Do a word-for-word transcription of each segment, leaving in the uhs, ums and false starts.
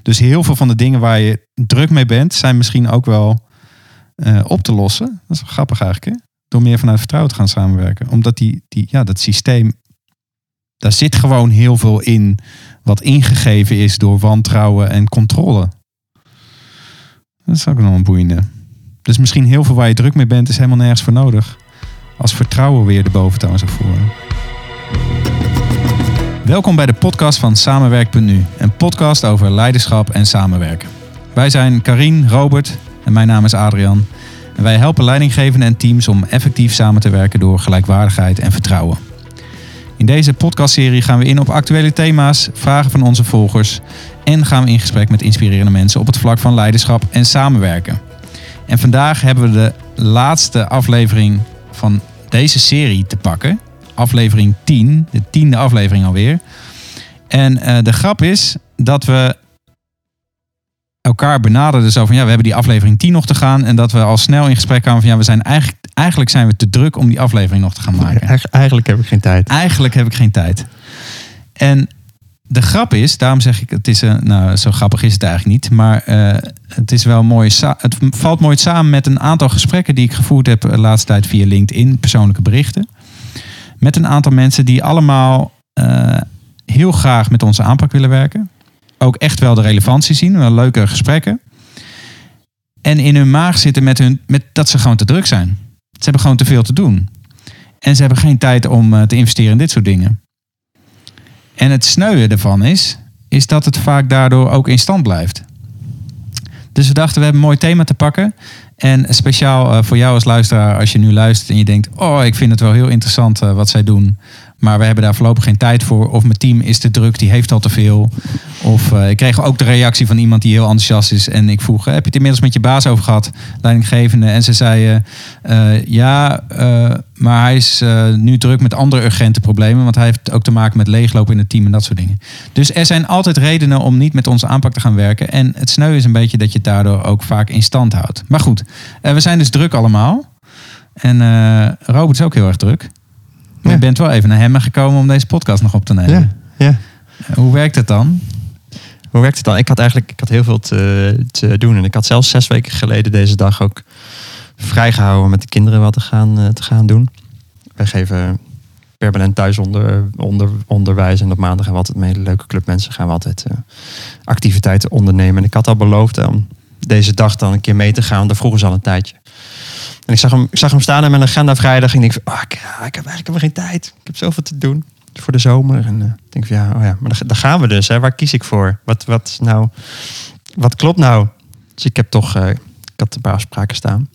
Dus heel veel van de dingen waar je druk mee bent, zijn misschien ook wel uh, op te lossen. Dat is wel grappig eigenlijk, hè? Door meer vanuit vertrouwen te gaan samenwerken. Omdat die, die, ja, dat systeem, daar zit gewoon heel veel in wat ingegeven is door wantrouwen en controle. Dat is ook nog een boeiende. Dus misschien heel veel waar je druk mee bent, is helemaal nergens voor nodig. Als vertrouwen weer de boventoon zou voeren. Welkom bij de podcast van Samenwerk punt nu. Een podcast over leiderschap en samenwerken. Wij zijn Karin, Robert en mijn naam is Adrian. En wij helpen leidinggevenden en teams om effectief samen te werken door gelijkwaardigheid en vertrouwen. In deze podcastserie gaan we in op actuele thema's, vragen van onze volgers en gaan we in gesprek met inspirerende mensen op het vlak van leiderschap en samenwerken. En vandaag hebben we de laatste aflevering van deze serie te pakken. Aflevering tien, de tiende aflevering alweer. En uh, de grap is dat we elkaar benaderden zo van ja, we hebben die aflevering tien nog te gaan. En dat we al snel in gesprek kwamen van ja, we zijn eigenlijk, eigenlijk zijn we te druk om die aflevering nog te gaan maken. Ja, eigenlijk heb ik geen tijd. Eigenlijk heb ik geen tijd. En de grap is, daarom zeg ik, het is een, nou, zo grappig is het eigenlijk niet. Maar uh, het is wel mooi. Het valt mooi samen met een aantal gesprekken die ik gevoerd heb de laatste tijd via LinkedIn, persoonlijke berichten. Met een aantal mensen die allemaal uh, heel graag met onze aanpak willen werken. Ook echt wel de relevantie zien, wel leuke gesprekken. En in hun maag zitten met hun, met dat ze gewoon te druk zijn. Ze hebben gewoon te veel te doen. En ze hebben geen tijd om uh, te investeren in dit soort dingen. En het sneuwen ervan is, is dat het vaak daardoor ook in stand blijft. Dus we dachten, we hebben een mooi thema te pakken. En speciaal uh, voor jou als luisteraar, als je nu luistert en je denkt, oh, ik vind het wel heel interessant uh, wat zij doen. Maar we hebben daar voorlopig geen tijd voor. Of mijn team is te druk, die heeft al te veel. Of uh, ik kreeg ook de reactie van iemand die heel enthousiast is. En ik vroeg, heb je het inmiddels met je baas over gehad, leidinggevende? En ze zei, uh, ja, uh, maar hij is uh, nu druk met andere urgente problemen. Want hij heeft ook te maken met leeglopen in het team en dat soort dingen. Dus er zijn altijd redenen om niet met onze aanpak te gaan werken. En het sneu is een beetje dat je het daardoor ook vaak in stand houdt. Maar goed, uh, we zijn dus druk allemaal. En uh, Robert is ook heel erg druk. Maar je bent wel even naar Hemmen gekomen om deze podcast nog op te nemen. Ja, ja. Hoe werkt het dan? Hoe werkt het dan? Ik had eigenlijk ik had heel veel te, te doen. En ik had zelfs zes weken geleden deze dag ook vrijgehouden om met de kinderen wat te gaan, te gaan doen. Wij geven permanent thuis onder, onder, onderwijs. En op maandag gaan we altijd met hele leuke clubmensen gaan we altijd uh, activiteiten ondernemen. En ik had al beloofd om deze dag dan een keer mee te gaan. Daar vroegen ze al een tijdje. En ik zag hem, ik zag hem staan in mijn agenda vrijdag. En ik denk van, oh, ik, ik heb eigenlijk helemaal geen tijd. Ik heb zoveel te doen voor de zomer. En uh, ik denk van, ja, oh ja, maar daar gaan we dus. Hè. Waar kies ik voor? Wat, wat, nou, wat klopt nou? Dus ik heb toch, uh, ik had een paar afspraken staan.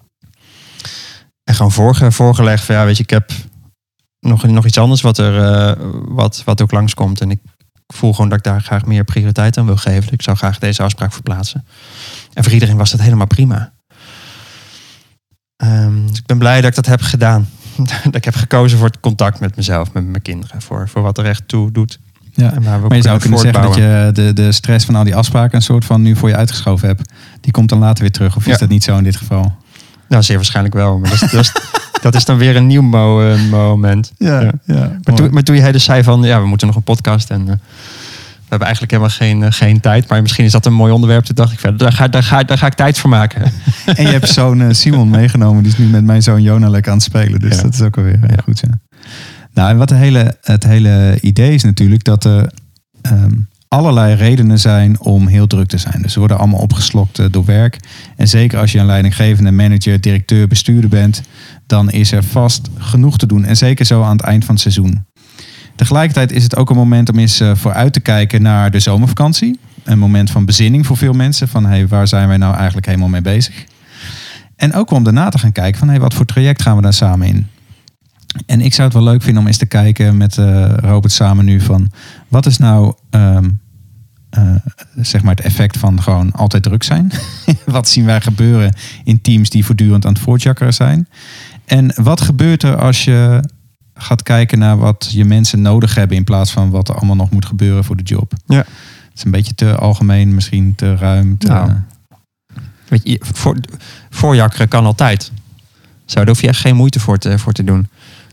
En gewoon voorge, voorgelegd van, ja, weet je, ik heb nog, nog iets anders wat er uh, wat, wat ook langskomt. En ik voel gewoon dat ik daar graag meer prioriteit aan wil geven. Ik zou graag deze afspraak verplaatsen. En voor iedereen was dat helemaal prima. Um, dus ik ben blij dat ik dat heb gedaan. Dat ik heb gekozen voor het contact met mezelf, met mijn kinderen. Voor, voor wat er echt toe doet. Ja. En waar we maar je zou kunnen zeggen dat je de, de stress van al die afspraken een soort van nu voor je uitgeschoven hebt. Die komt dan later weer terug. Of is ja. dat niet zo in dit geval? Nou, zeer waarschijnlijk wel. Maar dat is, dat is, dat is dan weer een nieuw mo- moment. Ja, ja. ja. Maar, toen, maar toen jij dus zei van, ja, we moeten nog een podcast en... Uh, we hebben eigenlijk helemaal geen, uh, geen tijd. Maar misschien is dat een mooi onderwerp. Toen dacht ik, verder, daar, ga, daar, ga, daar ga ik tijd voor maken. En je hebt zoon uh, Simon meegenomen. Die is nu met mijn zoon Jona lekker aan het spelen. Dus ja. dat is ook alweer uh, ja. goed. Ja. Nou, en wat de hele, het hele idee is natuurlijk dat er um, allerlei redenen zijn om heel druk te zijn. Dus ze worden allemaal opgeslokt uh, door werk. En zeker als je een leidinggevende, manager, directeur, bestuurder bent, dan is er vast genoeg te doen. En zeker zo aan het eind van het seizoen. Tegelijkertijd is het ook een moment om eens uh, vooruit te kijken naar de zomervakantie. Een moment van bezinning voor veel mensen. Van hey, waar zijn wij nou eigenlijk helemaal mee bezig? En ook om daarna te gaan kijken van hey, wat voor traject gaan we daar samen in? En ik zou het wel leuk vinden om eens te kijken met uh, Robert samen nu van wat is nou um, uh, zeg maar het effect van gewoon altijd druk zijn? Wat zien wij gebeuren in teams die voortdurend aan het voortjakkeren zijn? En wat gebeurt er als je gaat kijken naar wat je mensen nodig hebben in plaats van wat er allemaal nog moet gebeuren voor de job? Ja. Het is een beetje te algemeen, misschien te ruim. Te, nou, weet je, voor, voorjakkeren kan altijd. Zo, daar hoef je echt geen moeite voor te, voor te doen.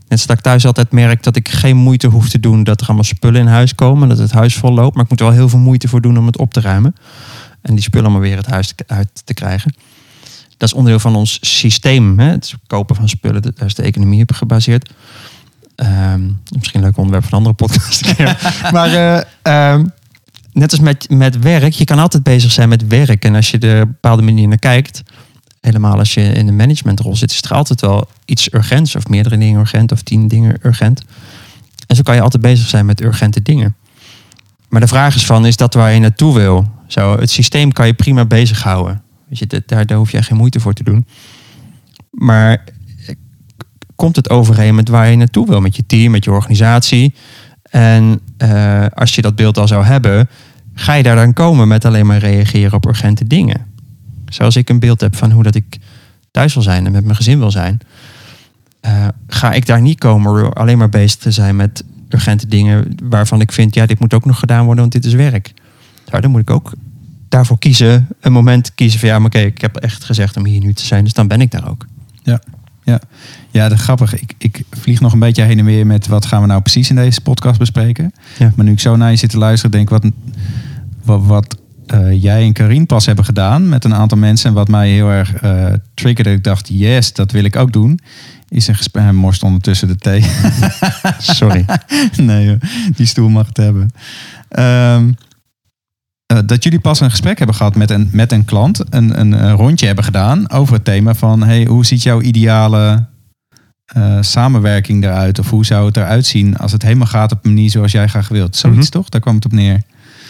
Net zoals dat ik thuis altijd merk dat ik geen moeite hoef te doen dat er allemaal spullen in huis komen. Dat het huis vol loopt. Maar ik moet er wel heel veel moeite voor doen om het op te ruimen. En die spullen maar weer het huis te, uit te krijgen. Dat is onderdeel van ons systeem. Hè? Het kopen van spullen, daar is de economie op gebaseerd. Um, misschien een leuk onderwerp van een andere podcast. maar uh, um, net als met, met werk, je kan altijd bezig zijn met werk. En als je er op een bepaalde manier naar kijkt, helemaal als je in een managementrol zit, is er altijd wel iets urgents. Of meerdere dingen urgent, of tien dingen urgent. En zo kan je altijd bezig zijn met urgente dingen. Maar de vraag is van, is dat waar je naartoe wil? Zo, het systeem kan je prima bezighouden. Weet je, daar, daar hoef je geen moeite voor te doen. Maar komt het overeen met waar je naartoe wil? Met je team, met je organisatie. En uh, als je dat beeld al zou hebben, ga je daar dan komen met alleen maar reageren op urgente dingen. Zoals ik een beeld heb van hoe dat ik thuis wil zijn en met mijn gezin wil zijn. Uh, ga ik daar niet komen door alleen maar bezig te zijn met urgente dingen waarvan ik vind, ja, dit moet ook nog gedaan worden, want dit is werk. Nou, dan moet ik ook daarvoor kiezen, een moment kiezen van, ja, maar oké, ik heb echt gezegd om hier nu te zijn, dus dan ben ik daar ook. Ja, ja. Ja, dat is grappig. Ik, ik vlieg nog een beetje heen en weer met wat gaan we nou precies in deze podcast bespreken. Ja. Maar nu ik zo naar je zit te luisteren, denk ik wat, wat, wat uh, jij en Karien pas hebben gedaan met een aantal mensen. En wat mij heel erg uh, triggerde. Ik dacht, yes, dat wil ik ook doen. Is een gesprek. Hij morst ondertussen de thee. Sorry. Nee, joh, die stoel mag het hebben. Um, uh, dat jullie pas een gesprek hebben gehad met een, met een klant. Een, een, een rondje hebben gedaan over het thema van, hey, hoe ziet jouw ideale Uh, samenwerking eruit? Of hoe zou het eruit zien als het helemaal gaat op een manier zoals jij graag wilt? Zoiets mm-hmm. toch? Daar kwam het op neer.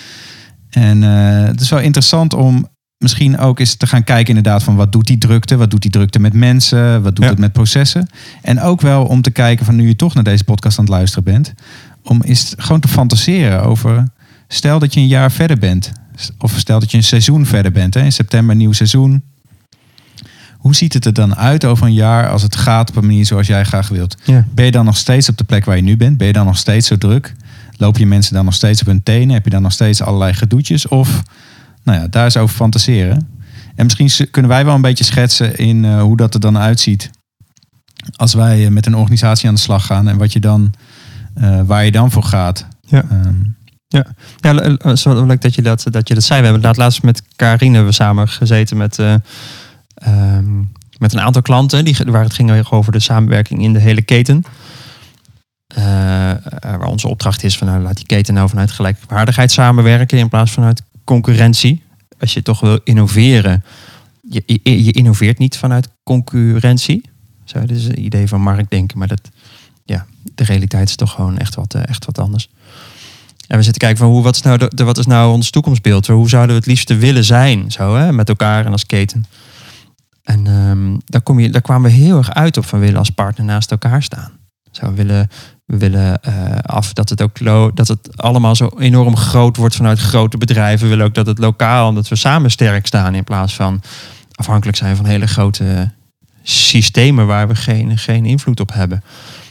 En uh, het is wel interessant om misschien ook eens te gaan kijken inderdaad van wat doet die drukte? Wat doet die drukte met mensen? Wat doet ja. het met processen? En ook wel om te kijken van nu je toch naar deze podcast aan het luisteren bent. Om eens gewoon te fantaseren over, stel dat je een jaar verder bent. Of stel dat je een seizoen verder bent. Hè? In september een nieuw seizoen. Hoe ziet het er dan uit over een jaar als het gaat op een manier zoals jij graag wilt? Ja. Ben je dan nog steeds op de plek waar je nu bent? Ben je dan nog steeds zo druk? Lopen je mensen dan nog steeds op hun tenen? Heb je dan nog steeds allerlei gedoetjes? Of, nou ja, daar is over fantaseren. En misschien kunnen wij wel een beetje schetsen in uh, hoe dat er dan uitziet als wij uh, met een organisatie aan de slag gaan en wat je dan, uh, waar je dan voor gaat. Ja. Um, Ja, ja, zo leuk dat je dat, dat je dat zei. We hebben laatst met Karien hebben we samen gezeten met, uh, um, met een aantal klanten die, waar het ging over de samenwerking in de hele keten. Uh, waar onze opdracht is van nou, laat die keten nou vanuit gelijkwaardigheid samenwerken in plaats van vanuit concurrentie. Als je toch wil innoveren, je, je, je innoveert niet vanuit concurrentie. Zo, dit is een idee van marktdenken, maar dat, ja, de realiteit is toch gewoon echt wat, echt wat anders. En we zitten kijken van hoe, wat, is nou de, de, wat is nou ons toekomstbeeld? Hoe zouden we het liefste willen zijn? Zo, hè, met elkaar en als keten. En um, daar, kom je, daar kwamen we heel erg uit op van willen als partner naast elkaar staan. Zo, we willen, we willen uh, af dat het ook lo, dat het allemaal zo enorm groot wordt vanuit grote bedrijven. We willen ook dat het lokaal, dat we samen sterk staan in plaats van afhankelijk zijn van hele grote systemen waar we geen, geen invloed op hebben.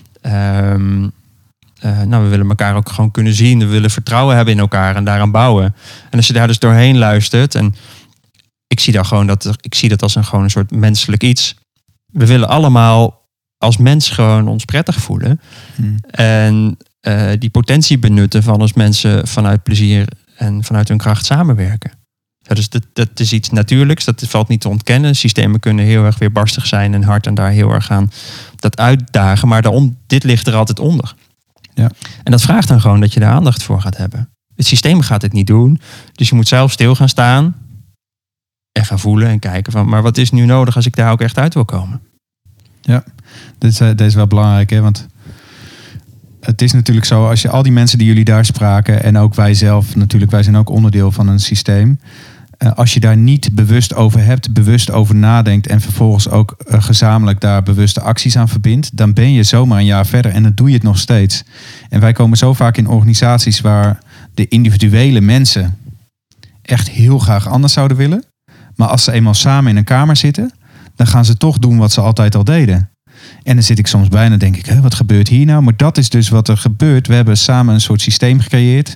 Um, Uh, nou, we willen elkaar ook gewoon kunnen zien. We willen vertrouwen hebben in elkaar en daaraan bouwen. En als je daar dus doorheen luistert, en ik zie daar gewoon dat ik zie dat als een gewoon een soort menselijk iets. We willen allemaal als mens gewoon ons prettig voelen. Hmm. En uh, die potentie benutten van als mensen vanuit plezier en vanuit hun kracht samenwerken. Ja, dus dat, dat is iets natuurlijks, dat valt niet te ontkennen. Systemen kunnen heel erg weerbarstig zijn en hard en daar heel erg aan dat uitdagen. Maar daarom, dit ligt er altijd onder. Ja. En dat vraagt dan gewoon dat je daar aandacht voor gaat hebben. Het systeem gaat het niet doen. Dus je moet zelf stil gaan staan. En gaan voelen en kijken van, maar wat is nu nodig als ik daar ook echt uit wil komen? Ja, dit is, dit is wel belangrijk. Hè? Want het is natuurlijk zo, als je al die mensen die jullie daar spraken. En ook wij zelf natuurlijk, wij zijn ook onderdeel van een systeem. Als je daar niet bewust over hebt, bewust over nadenkt en vervolgens ook uh, gezamenlijk daar bewuste acties aan verbindt, dan ben je zomaar een jaar verder en dan doe je het nog steeds. En wij komen zo vaak in organisaties waar de individuele mensen echt heel graag anders zouden willen. Maar als ze eenmaal samen in een kamer zitten, dan gaan ze toch doen wat ze altijd al deden. En dan zit ik soms bij en dan denk ik, hè, wat gebeurt hier nou? Maar dat is dus wat er gebeurt. We hebben samen een soort systeem gecreëerd.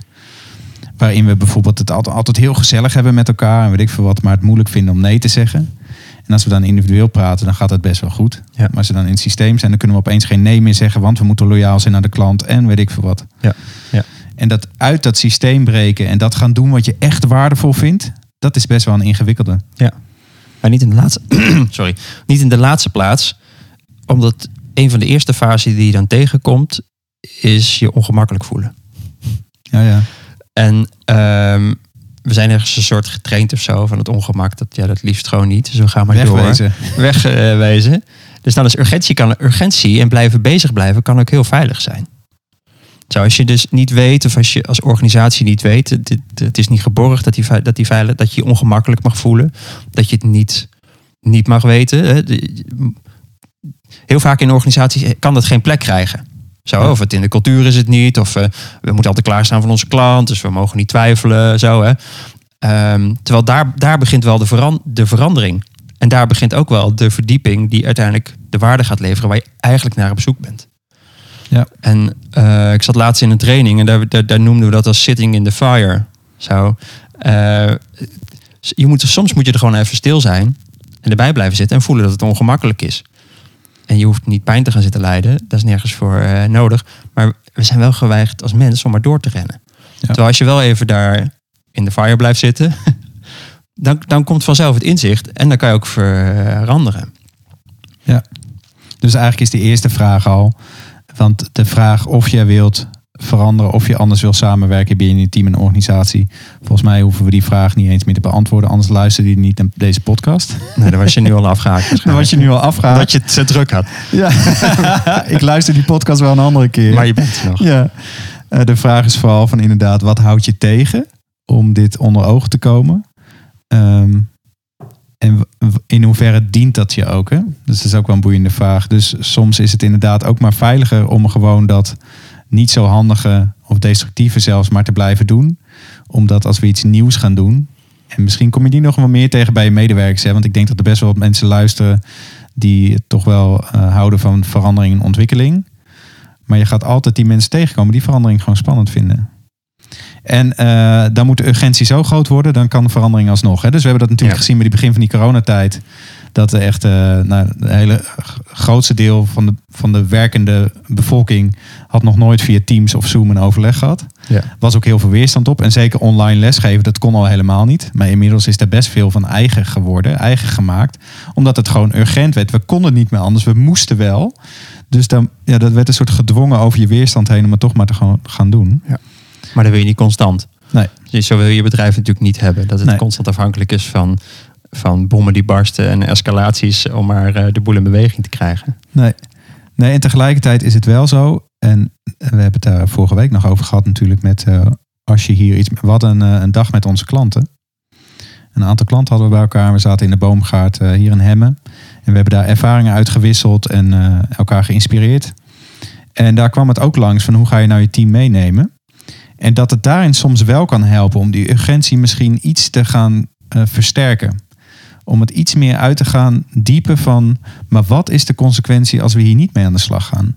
Waarin we bijvoorbeeld het altijd, altijd heel gezellig hebben met elkaar. En weet ik veel wat, maar het moeilijk vinden om nee te zeggen. En als we dan individueel praten, dan gaat het best wel goed. Ja. Maar als ze dan in het systeem zijn, dan kunnen we opeens geen nee meer zeggen, want we moeten loyaal zijn naar de klant en weet ik veel wat. Ja. Ja. En dat uit dat systeem breken en dat gaan doen wat je echt waardevol vindt, dat is best wel een ingewikkelde. Ja. Maar niet in de laatste, sorry, niet in de laatste plaats, omdat een van de eerste fasen die je dan tegenkomt, is je ongemakkelijk voelen. Ja, ja. En um, we zijn ergens een soort getraind of zo van het ongemak. Dat, ja, dat liefst gewoon niet. Dus we gaan maar Wegwezen. door. Wegwezen. Uh, dus dan is urgentie, kan, urgentie en blijven bezig blijven kan ook heel veilig zijn. Zo, als je dus niet weet, of als je als organisatie niet weet, het, het is niet geborgd dat, die, dat, die veilig, dat je je ongemakkelijk mag voelen. Dat je het niet, niet mag weten. Hè. De, heel vaak in organisaties kan dat geen plek krijgen. Zo, of het in de cultuur is het niet. Of uh, we moeten altijd klaarstaan voor onze klant. Dus we mogen niet twijfelen. Zo, hè. Um, terwijl daar, daar begint wel de, veran- de verandering. En daar begint ook wel de verdieping die uiteindelijk de waarde gaat leveren waar je eigenlijk naar op zoek bent. Ja. En uh, ik zat laatst in een training en daar, daar, daar noemden we dat als sitting in the fire. Zo. Uh, je moet, soms moet je er gewoon even stil zijn en erbij blijven zitten en voelen dat het ongemakkelijk is. En je hoeft niet pijn te gaan zitten lijden. Dat is nergens voor uh, nodig. Maar we zijn wel geweigerd als mens om maar door te rennen. Ja. Terwijl als je wel even daar in de fire blijft zitten, dan, dan komt vanzelf het inzicht. En dan kan je ook veranderen. Ja. Dus eigenlijk is de eerste vraag al. Want de vraag of jij wilt veranderen, of je anders wil samenwerken binnen je team en organisatie. Volgens mij hoeven we die vraag niet eens meer te beantwoorden. Anders luister je niet naar deze podcast. Nee, dan was je nu al afgehaakt. Dan was je nu al afgehaakt. Dat je het zo druk had. Ja, ik luister die podcast wel een andere keer. Maar je bent er nog. Ja. Uh, de vraag is vooral van inderdaad, wat houdt je tegen om dit onder ogen te komen? Um, en in hoeverre dient dat je ook? Hè? Dus dat is ook wel een boeiende vraag. Dus soms is het inderdaad ook maar veiliger om gewoon dat niet zo handige of destructieve zelfs maar te blijven doen. Omdat als we iets nieuws gaan doen, en misschien kom je die nog wel meer tegen bij je medewerkers. Hè? Want ik denk dat er best wel wat mensen luisteren die toch wel uh, houden van verandering en ontwikkeling. Maar je gaat altijd die mensen tegenkomen die verandering gewoon spannend vinden. En uh, dan moet de urgentie zo groot worden, dan kan de verandering alsnog. Hè? Dus we hebben dat natuurlijk ja. gezien bij het begin van die coronatijd. Dat de echt uh, nou, het hele grootste deel van de, van de werkende bevolking had nog nooit via Teams of Zoom een overleg gehad. Ja. Was ook heel veel weerstand op. En zeker online lesgeven, dat kon al helemaal niet. Maar inmiddels is er best veel van eigen geworden, eigen gemaakt. Omdat het gewoon urgent werd. We konden niet meer anders, we moesten wel. Dus dan, ja, dat werd een soort gedwongen over je weerstand heen om het toch maar te gaan, gaan doen. Ja. Maar dat wil je niet constant. Nee. Dus zo wil je je bedrijf natuurlijk niet hebben. Dat het nee. constant afhankelijk is van, van bommen die barsten en escalaties om maar uh, de boel in beweging te krijgen. Nee. nee, en tegelijkertijd is het wel zo. En we hebben het daar vorige week nog over gehad natuurlijk met uh, als je hier iets... We hadden een, een dag met onze klanten. Een aantal klanten hadden we bij elkaar. We zaten in de boomgaard uh, hier in Hemmen. En we hebben daar ervaringen uitgewisseld en uh, elkaar geïnspireerd. En daar kwam het ook langs van hoe ga je nou je team meenemen. En dat het daarin soms wel kan helpen om die urgentie misschien iets te gaan uh, versterken. Om het iets meer uit te gaan diepen van, maar wat is de consequentie als we hier niet mee aan de slag gaan?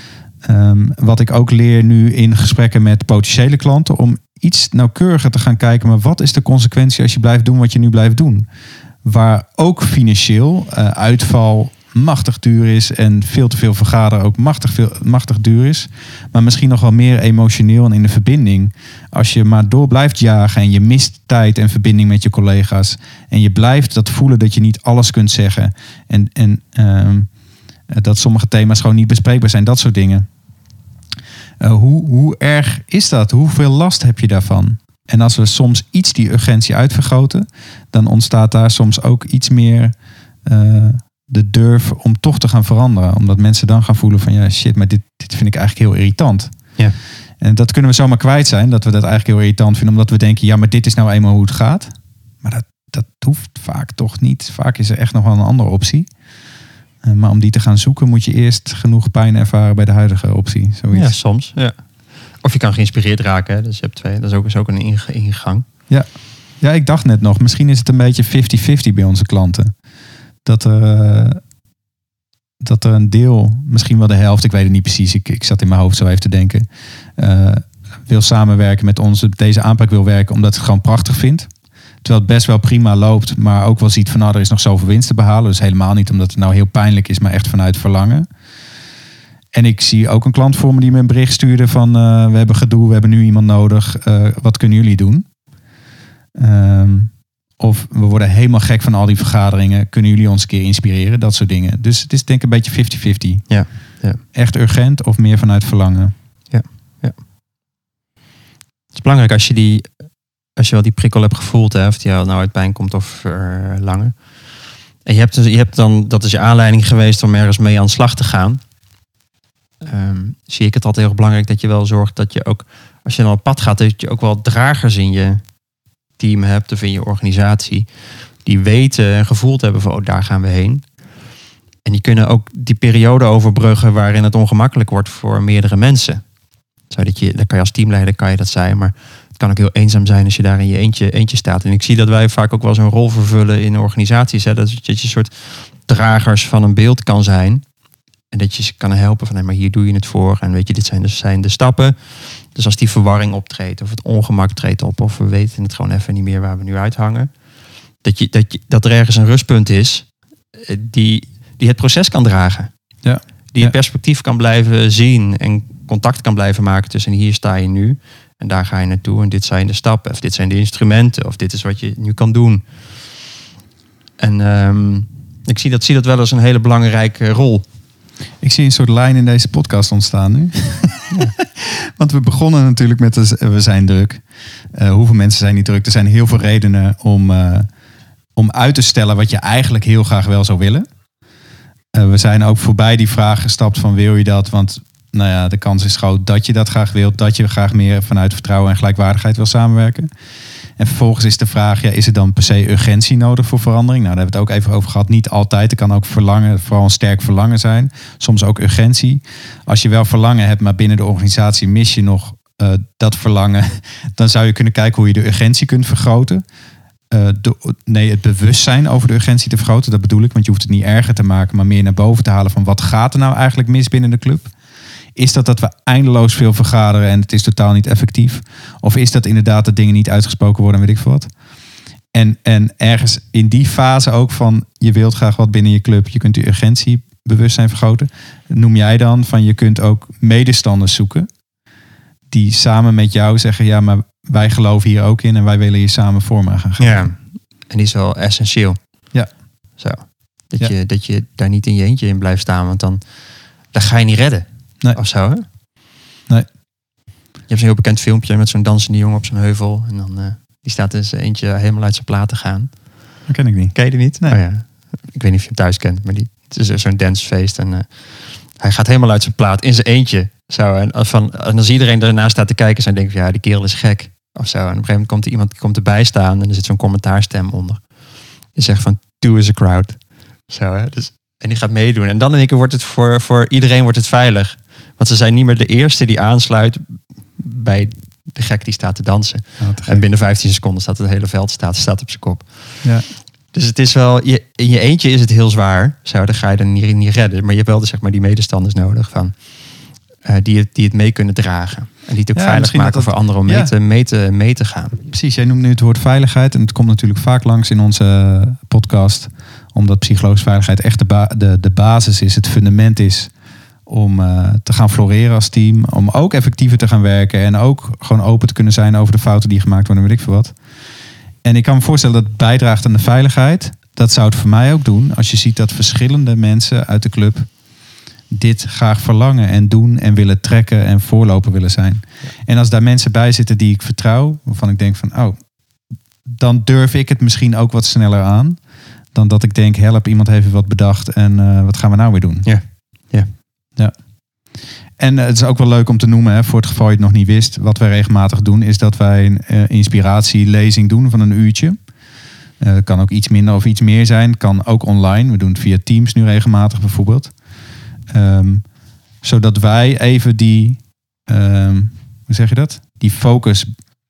Um, wat ik ook leer nu in gesprekken met potentiële klanten, om iets nauwkeuriger te gaan kijken, maar wat is de consequentie als je blijft doen wat je nu blijft doen? Waar ook financieel uh, uitval machtig duur is en veel te veel vergaderen ook machtig, veel, machtig duur is. Maar misschien nog wel meer emotioneel en in de verbinding. Als je maar door blijft jagen en je mist tijd en verbinding met je collega's. En je blijft dat voelen dat je niet alles kunt zeggen. En, en uh, dat sommige thema's gewoon niet bespreekbaar zijn. Dat soort dingen. Uh, hoe, hoe erg is dat? Hoeveel last heb je daarvan? En als we soms iets die urgentie uitvergroten, dan ontstaat daar soms ook iets meer Uh, de durf om toch te gaan veranderen. Omdat mensen dan gaan voelen van ja shit, maar dit, dit vind ik eigenlijk heel irritant. Ja. En dat kunnen we zomaar kwijt zijn. Dat we dat eigenlijk heel irritant vinden. Omdat we denken, ja maar dit is nou eenmaal hoe het gaat. Maar dat, dat hoeft vaak toch niet. Vaak is er echt nog wel een andere optie. Uh, maar om die te gaan zoeken moet je eerst genoeg pijn ervaren bij de huidige optie. Zoiets. Ja, soms. Ja. Of je kan geïnspireerd raken. Hè? Dus je hebt twee. Dat is ook, is ook een ingang. Ja. ja, ik dacht net nog. Misschien is het een beetje fifty fifty bij onze klanten. Dat er, uh, dat er een deel, misschien wel de helft, ik weet het niet precies, ik, ik zat in mijn hoofd zo even te denken, uh, wil samenwerken met ons, deze aanpak wil werken omdat het gewoon prachtig vindt. Terwijl het best wel prima loopt, maar ook wel ziet van nou, er is nog zoveel winst te behalen. Dus helemaal niet omdat het nou heel pijnlijk is, maar echt vanuit verlangen. En ik zie ook een klant voor me die me een bericht stuurde van uh, we hebben gedoe, we hebben nu iemand nodig. Uh, wat kunnen jullie doen? Um, of we worden helemaal gek van al die vergaderingen. Kunnen jullie ons een keer inspireren? Dat soort dingen. Dus het is denk ik een beetje vijftig vijftig. Ja, ja. Echt urgent of meer vanuit verlangen. Ja, ja. Het is belangrijk als je die, als je wel die prikkel hebt gevoeld, hè, of die nou uit pijn komt of verlangen. En je hebt, je hebt dan, dat is je aanleiding geweest om ergens mee aan de slag te gaan. Um, zie ik het altijd heel erg belangrijk dat je wel zorgt dat je ook, als je dan op pad gaat, dat je ook wel dragers in je team hebt of in je organisatie die weten en gevoeld hebben van oh, daar gaan we heen. En die kunnen ook die periode overbruggen waarin het ongemakkelijk wordt voor meerdere mensen. Zodat je, dan kan je als teamleider kan je dat zijn, maar het kan ook heel eenzaam zijn als je daar in je eentje, eentje staat. En ik zie dat wij vaak ook wel zo'n rol vervullen in organisaties. Hè, dat je een soort dragers van een beeld kan zijn. En dat je ze kan helpen van, hey, maar hier doe je het voor. En weet je, dit zijn de, zijn de stappen. Dus als die verwarring optreedt of het ongemak treedt op, of we weten het gewoon even niet meer waar we nu uithangen. Dat, je, dat, je, dat er ergens een rustpunt is die, die het proces kan dragen. Ja. Die ja. een perspectief kan blijven zien en contact kan blijven maken tussen hier sta je nu en daar ga je naartoe. En dit zijn de stappen, of dit zijn de instrumenten, of dit is wat je nu kan doen. En um, ik zie dat, zie dat wel als een hele belangrijke rol. Ik zie een soort lijn in deze podcast ontstaan nu. Ja. Want we begonnen natuurlijk met de, we zijn druk. Uh, hoeveel mensen zijn niet druk? Er zijn heel veel redenen om, uh, om uit te stellen wat je eigenlijk heel graag wel zou willen. Uh, we zijn ook voorbij die vraag gestapt van wil je dat? Want nou ja, de kans is groot dat je dat graag wilt. Dat je graag meer vanuit vertrouwen en gelijkwaardigheid wil samenwerken. En vervolgens is de vraag, ja, is er dan per se urgentie nodig voor verandering? Nou, daar hebben we het ook even over gehad. Niet altijd. Er kan ook verlangen, vooral een sterk verlangen zijn. Soms ook urgentie. Als je wel verlangen hebt, maar binnen de organisatie mis je nog uh, dat verlangen. Dan zou je kunnen kijken hoe je de urgentie kunt vergroten. Uh, de, nee, het bewustzijn over de urgentie te vergroten. Dat bedoel ik, want je hoeft het niet erger te maken, maar meer naar boven te halen van wat gaat er nou eigenlijk mis binnen de club? Is dat dat we eindeloos veel vergaderen en het is totaal niet effectief? Of is dat inderdaad dat dingen niet uitgesproken worden en weet ik veel wat? En, en ergens in die fase ook van je wilt graag wat binnen je club. Je kunt je urgentiebewustzijn vergroten. Noem jij dan van je kunt ook medestanders zoeken. Die samen met jou zeggen ja, maar wij geloven hier ook in en wij willen hier samen vorm aan gaan geven. Ja, en die is wel essentieel. Ja. Zo. Dat, ja. je, dat je daar niet in je eentje in blijft staan, want dan, dan ga je niet redden. Nee. Of zo, hè? Nee. Je hebt zo'n heel bekend filmpje met zo'n dansende jongen op zo'n heuvel. En dan uh, die staat dus eentje helemaal uit zijn plaat te gaan. Dat ken ik niet. Ken je die niet? Nee. Oh, ja. Ik weet niet of je hem thuis kent, maar die, het is zo'n dancefeest. En uh, hij gaat helemaal uit zijn plaat in zijn eentje. Zo, en, van, en als iedereen ernaast staat te kijken, dan denkt van ja, die kerel is gek. Of zo. En op een gegeven moment komt er iemand die komt erbij staan en er zit zo'n commentaarstem onder. Die zegt van, two is a crowd. Zo, hè? Dus, en die gaat meedoen. En dan in één keer wordt het voor, voor iedereen wordt het veilig. Want ze zijn niet meer de eerste die aansluit bij de gek die staat te dansen. Oh, te en binnen vijftien seconden staat het hele veld staat, staat op zijn kop. Ja. Dus het is wel, je, in je eentje is het heel zwaar. Zo, dan ga je er niet, niet redden. Maar je hebt wel de, zeg maar, die medestanders nodig van, uh, die, het, die het mee kunnen dragen. En die het ook ja, veilig maken dat dat, voor anderen om ja. mee, te, mee, te, mee te gaan. Precies, jij noemt nu het woord veiligheid. En het komt natuurlijk vaak langs in onze podcast. Omdat psychologische veiligheid echt de, ba- de, de basis is, het fundament is om uh, te gaan floreren als team. Om ook effectiever te gaan werken. En ook gewoon open te kunnen zijn over de fouten die gemaakt worden. Weet ik veel wat. En ik kan me voorstellen dat het bijdraagt aan de veiligheid. Dat zou het voor mij ook doen. Als je ziet dat verschillende mensen uit de club dit graag verlangen en doen en willen trekken en voorloper willen zijn. Ja. En als daar mensen bij zitten die ik vertrouw, waarvan ik denk van, oh, dan durf ik het misschien ook wat sneller aan. Dan dat ik denk, help, iemand heeft wat bedacht en uh, wat gaan we nou weer doen? Ja. Ja. Ja. En uh, het is ook wel leuk om te noemen, hè, voor het geval je het nog niet wist, wat wij regelmatig doen, is dat wij een uh, inspiratielezing doen van een uurtje. Uh, het kan ook iets minder of iets meer zijn. Kan ook online. We doen het via Teams nu regelmatig bijvoorbeeld. Um, zodat wij even die, um, hoe zeg je dat? Die focus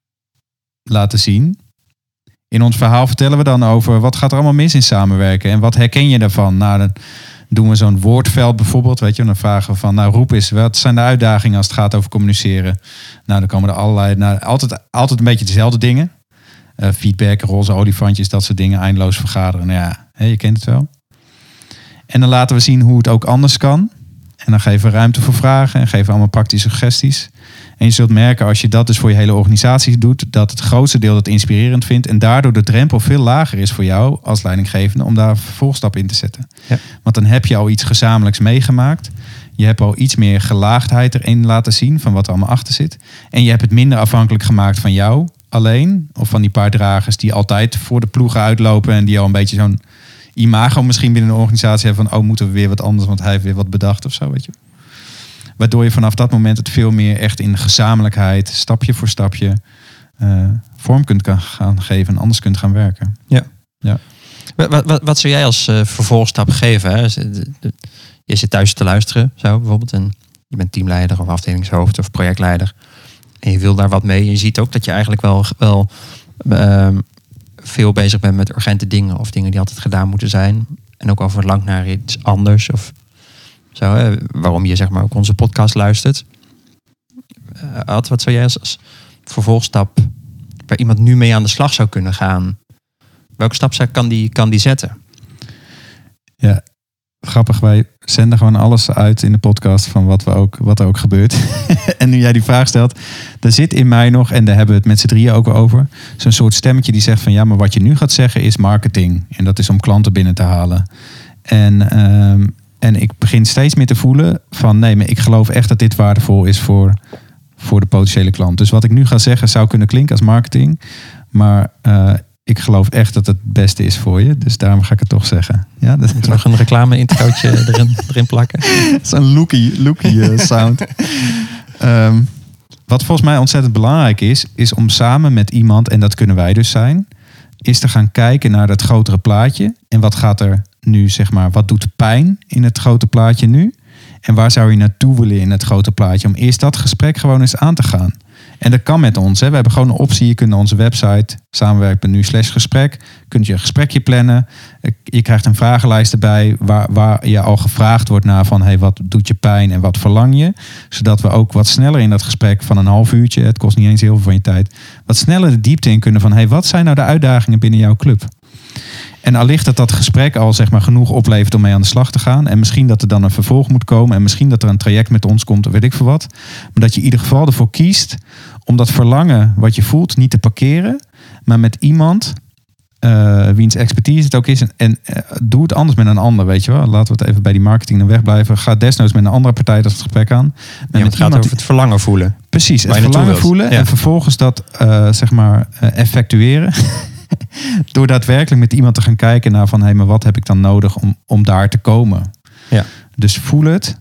laten zien. In ons verhaal vertellen we dan over wat gaat er allemaal mis in samenwerken en wat herken je daarvan? Nou, dan doen we zo'n woordveld bijvoorbeeld, weet je, dan vragen we van, nou, roep eens, wat zijn de uitdagingen als het gaat over communiceren? Nou, dan komen er allerlei, nou, altijd, altijd een beetje dezelfde dingen. Uh, feedback, roze olifantjes, dat soort dingen, eindeloos vergaderen. Nou ja, hè, je kent het wel. En dan laten we zien hoe het ook anders kan. En dan geven we ruimte voor vragen en geven we allemaal praktische suggesties. En je zult merken als je dat dus voor je hele organisatie doet, dat het grootste deel dat inspirerend vindt en daardoor de drempel veel lager is voor jou als leidinggevende om daar vervolgstap in te zetten. Ja. Want dan heb je al iets gezamenlijks meegemaakt. Je hebt al iets meer gelaagdheid erin laten zien van wat er allemaal achter zit. En je hebt het minder afhankelijk gemaakt van jou alleen. Of van die paar dragers die altijd voor de ploegen uitlopen en die al een beetje zo'n imago misschien binnen de organisatie hebben van oh, moeten we weer wat anders, want hij heeft weer wat bedacht of zo, weet je. Waardoor je vanaf dat moment het veel meer echt in gezamenlijkheid, stapje voor stapje, uh, vorm kunt gaan geven en anders kunt gaan werken. Ja. ja. Wat, wat, wat zou jij als uh, vervolgstap geven? Hè? Je zit thuis te luisteren, zo bijvoorbeeld, en je bent teamleider of afdelingshoofd of projectleider. En je wil daar wat mee. Je ziet ook dat je eigenlijk wel, wel uh, veel bezig bent met urgente dingen of dingen die altijd gedaan moeten zijn. En ook al verlangt naar iets anders of zo, hè? Waarom je zeg maar ook onze podcast luistert. Uh, Ad, wat zou jij als, als vervolgstap waar iemand nu mee aan de slag zou kunnen gaan? Welke stap kan die, kan die zetten? Ja, grappig. Wij zenden gewoon alles uit in de podcast van wat, we ook, wat er ook gebeurt. En nu jij die vraag stelt, er zit in mij nog, en daar hebben we het met z'n drieën ook over, zo'n soort stemmetje die zegt van ja, maar wat je nu gaat zeggen is marketing. En dat is om klanten binnen te halen. En, um, en ik begin steeds meer te voelen van nee, maar ik geloof echt dat dit waardevol is voor, voor de potentiële klant. Dus wat ik nu ga zeggen zou kunnen klinken als marketing, maar uh, ik geloof echt dat het het beste is voor je. Dus daarom ga ik het toch zeggen. Ja, dat is nog een reclame-introotje erin, erin plakken. Zo'n lookie, lookie uh, sound. um, wat volgens mij ontzettend belangrijk is, is om samen met iemand, en dat kunnen wij dus zijn, is te gaan kijken naar dat grotere plaatje. En wat gaat er nu, zeg maar, wat doet pijn in het grote plaatje nu? En waar zou je naartoe willen in het grote plaatje? Om eerst dat gesprek gewoon eens aan te gaan. En dat kan met ons. Hè. We hebben gewoon een optie. Je kunt naar onze website samenwerk punt nu slash gesprek. Kunt je een gesprekje plannen. Je krijgt een vragenlijst erbij waar, waar je al gevraagd wordt naar van hey, wat doet je pijn en wat verlang je? Zodat we ook wat sneller in dat gesprek van een half uurtje, het kost niet eens heel veel van je tijd, wat sneller de diepte in kunnen van hey, wat zijn nou de uitdagingen binnen jouw club? En allicht dat dat gesprek al zeg maar genoeg oplevert om mee aan de slag te gaan. En misschien dat er dan een vervolg moet komen. En misschien dat er een traject met ons komt, weet ik veel wat. Maar dat je in ieder geval ervoor kiest om dat verlangen wat je voelt niet te parkeren. Maar met iemand uh, wiens expertise het ook is. En, en uh, doe het anders met een ander, weet je wel. Laten we het even bij die marketing dan wegblijven. Ga desnoods met een andere partij dat gesprek aan. Maar ja, het gaat over het verlangen voelen. Precies, het verlangen voelen. Ja. En vervolgens dat uh, zeg maar uh, effectueren. Door daadwerkelijk met iemand te gaan kijken naar van hé, hey, maar wat heb ik dan nodig om, om daar te komen? Ja. Dus voel het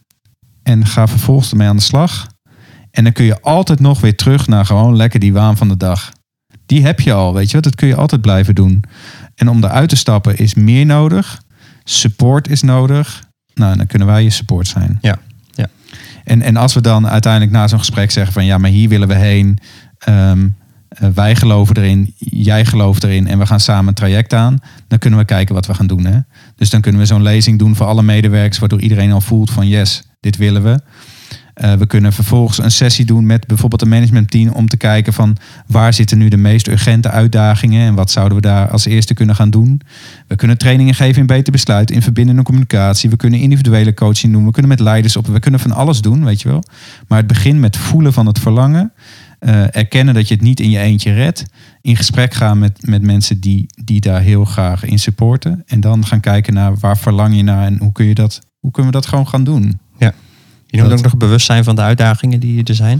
en ga vervolgens ermee aan de slag. En dan kun je altijd nog weer terug naar gewoon lekker die waan van de dag. Die heb je al, weet je wat? Dat kun je altijd blijven doen. En om eruit te stappen is meer nodig. Support is nodig. Nou, dan kunnen wij je support zijn. Ja. Ja. En, en als we dan uiteindelijk na zo'n gesprek zeggen van ja, maar hier willen we heen. Um, Uh, wij geloven erin, jij gelooft erin en we gaan samen een traject aan. Dan kunnen we kijken wat we gaan doen. Hè? Dus dan kunnen we zo'n lezing doen voor alle medewerkers, waardoor iedereen al voelt van yes, dit willen we. Uh, we kunnen vervolgens een sessie doen met bijvoorbeeld een managementteam om te kijken van waar zitten nu de meest urgente uitdagingen en wat zouden we daar als eerste kunnen gaan doen. We kunnen trainingen geven in beter besluit, in verbindende communicatie. We kunnen individuele coaching doen. We kunnen met leiders op. We kunnen van alles doen, weet je wel. Maar het begint met voelen van het verlangen. Uh, erkennen dat je het niet in je eentje redt. In gesprek gaan met, met mensen die, die daar heel graag in supporten. En dan gaan kijken naar waar verlang je naar en hoe kun je dat, hoe kunnen we dat gewoon gaan doen. Ja. Je noemt ook nog bewustzijn van de uitdagingen die er zijn.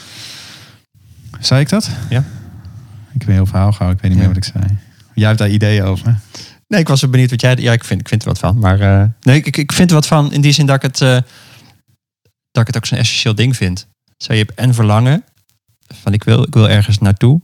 Zei ik dat? Ja. Ik heb een heel verhaal gehouden. Ik weet niet ja. meer wat ik zei. Jij hebt daar ideeën over. Nee, ik was er benieuwd wat jij... Ja, ik vind, ik vind er wat van. Maar uh, nee, ik, ik vind er wat van in die zin dat ik het, uh, dat ik het ook zo'n essentieel ding vind. Zo, je hebt en verlangen. Van ik wil, ik wil ergens naartoe.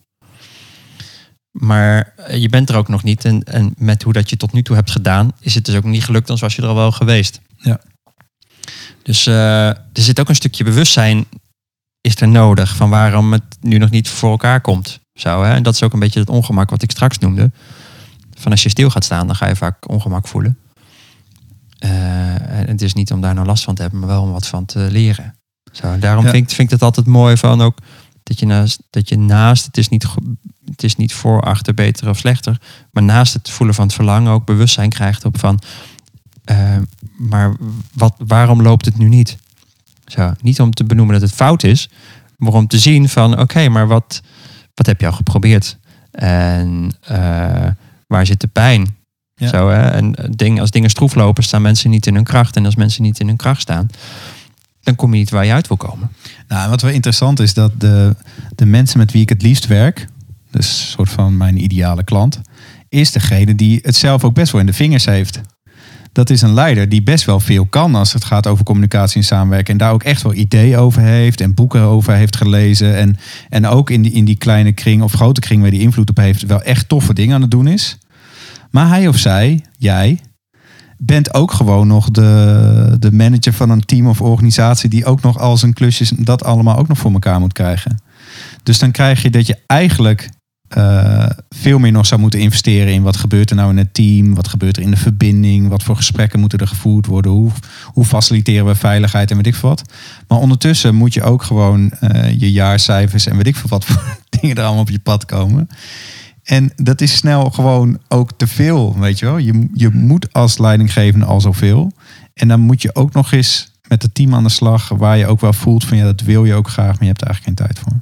Maar je bent er ook nog niet. En, en met hoe dat je tot nu toe hebt gedaan, is het dus ook niet gelukt, dan was je er al wel geweest. Ja. Dus uh, er zit ook een stukje bewustzijn is er nodig van waarom het nu nog niet voor elkaar komt. Zo, hè? En dat is ook een beetje het ongemak wat ik straks noemde. Van als je stil gaat staan, dan ga je vaak ongemak voelen. Uh, en het is niet om daar nou last van te hebben, maar wel om wat van te leren. Zo, daarom ja. vind, ik, vind ik het altijd mooi van ook Dat je naast, dat je naast het, is niet, go- het is niet voor, achter, beter of slechter. Maar naast het voelen van het verlangen ook bewustzijn krijgt op van... Uh, maar wat, waarom loopt het nu niet? Zo, niet om te benoemen dat het fout is, maar om te zien van oké, okay, maar wat, wat heb je al geprobeerd? En uh, waar zit de pijn? Ja. Zo, hè? En ding, als dingen stroef lopen, staan mensen niet in hun kracht. En als mensen niet in hun kracht staan, dan kom je niet waar je uit wil komen. Nou, wat wel interessant is, dat de, de mensen met wie ik het liefst werk, dus een soort van mijn ideale klant, is degene die het zelf ook best wel in de vingers heeft. Dat is een leider die best wel veel kan als het gaat over communicatie en samenwerken. En daar ook echt wel ideeën over heeft en boeken over heeft gelezen. En, en ook in die, in die kleine kring of grote kring waar die invloed op heeft, wel echt toffe dingen aan het doen is. Maar hij of zij, jij, bent ook gewoon nog de, de manager van een team of organisatie die ook nog al zijn klusjes dat allemaal ook nog voor elkaar moet krijgen. Dus dan krijg je dat je eigenlijk uh, veel meer nog zou moeten investeren in wat gebeurt er nou in het team, wat gebeurt er in de verbinding, wat voor gesprekken moeten er gevoerd worden, hoe, hoe faciliteren we veiligheid en weet ik veel wat. Maar ondertussen moet je ook gewoon uh, je jaarcijfers en weet ik veel wat voor dingen er allemaal op je pad komen. En dat is snel gewoon ook te veel, weet je wel. Je, je moet als leidinggevende al zoveel. En dan moet je ook nog eens met het team aan de slag, waar je ook wel voelt van ja, dat wil je ook graag, maar je hebt er eigenlijk geen tijd voor.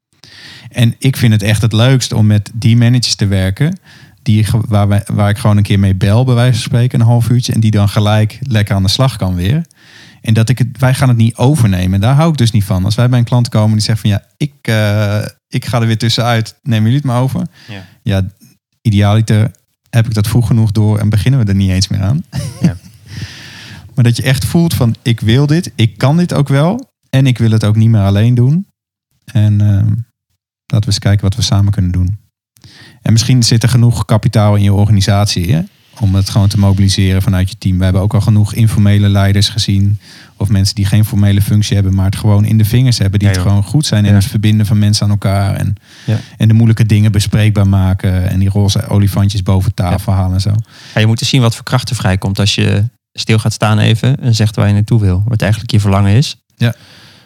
En ik vind het echt het leukst om met die managers te werken, die, waar, wij, waar ik gewoon een keer mee bel, bij wijze van spreken, een half uurtje, en die dan gelijk lekker aan de slag kan weer. En dat ik het, wij gaan het niet overnemen. Daar hou ik dus niet van. Als wij bij een klant komen die zegt van ja, ik, uh, ik ga er weer tussenuit, nemen jullie het maar over? Ja, ja idealiter heb ik dat vroeg genoeg door en beginnen we er niet eens meer aan. Ja. Maar dat je echt voelt van ik wil dit, ik kan dit ook wel en ik wil het ook niet meer alleen doen. En uh, laten we eens kijken wat we samen kunnen doen. En misschien zit er genoeg kapitaal in je organisatie, hè? Om het gewoon te mobiliseren vanuit je team. We hebben ook al genoeg informele leiders gezien. Of mensen die geen formele functie hebben, maar het gewoon in de vingers hebben. Die ja, het gewoon goed zijn in ja. het verbinden van mensen aan elkaar. En, ja. en de moeilijke dingen bespreekbaar maken. En die roze olifantjes boven tafel ja. halen en zo. Ja, je moet eens zien wat voor kracht er vrijkomt als je stil gaat staan even en zegt waar je naartoe wil. Wat eigenlijk je verlangen is. Ja.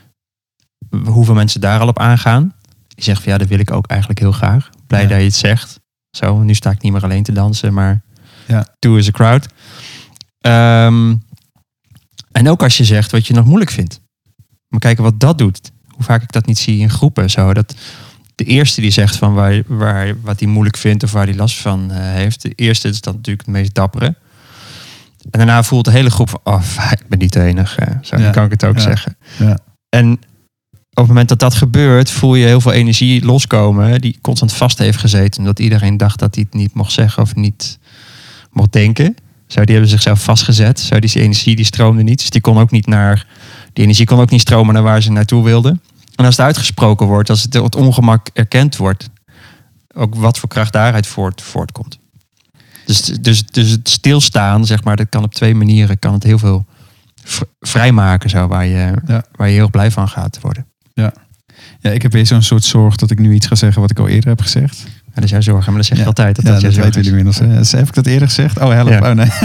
Hoeveel mensen daar al op aangaan. Die zeggen van ja, dat wil ik ook eigenlijk heel graag. Blij ja. dat je het zegt. Zo, nu sta ik niet meer alleen te dansen, maar ja. two is a crowd. Um, en ook als je zegt wat je nog moeilijk vindt. Maar kijken wat dat doet. Hoe vaak ik dat niet zie in groepen. Zo, dat de eerste die zegt van waar, waar, wat hij moeilijk vindt of waar hij last van uh, heeft. De eerste is dan natuurlijk het meest dappere. En daarna voelt de hele groep van, oh, ik ben niet de enige. Zo ja. kan ik het ook ja. zeggen. Ja. En op het moment dat dat gebeurt, voel je heel veel energie loskomen. Die constant vast heeft gezeten. Omdat iedereen dacht dat hij het niet mocht zeggen of niet mocht denken. Zo, die hebben zichzelf vastgezet. Zo, die energie die stroomde niet. Dus die kon ook niet naar. Die energie kon ook niet stromen naar waar ze naartoe wilden. En als het uitgesproken wordt, als het, het ongemak erkend wordt, ook wat voor kracht daaruit voort, voortkomt. Dus, dus, dus het stilstaan, zeg maar, dat kan op twee manieren, kan het heel veel v- vrijmaken, zo, waar je, ja. waar je heel blij van gaat worden. Ja. ja, ik heb weer zo'n soort zorg dat ik nu iets ga zeggen wat ik al eerder heb gezegd. Ja, dat is jouw zorg, maar dat zeg je ja. altijd. Dat ja, dat, dat weten jullie inmiddels. Hè? Dus heb ik dat eerder gezegd? Oh, help. Ja. Oh, nee.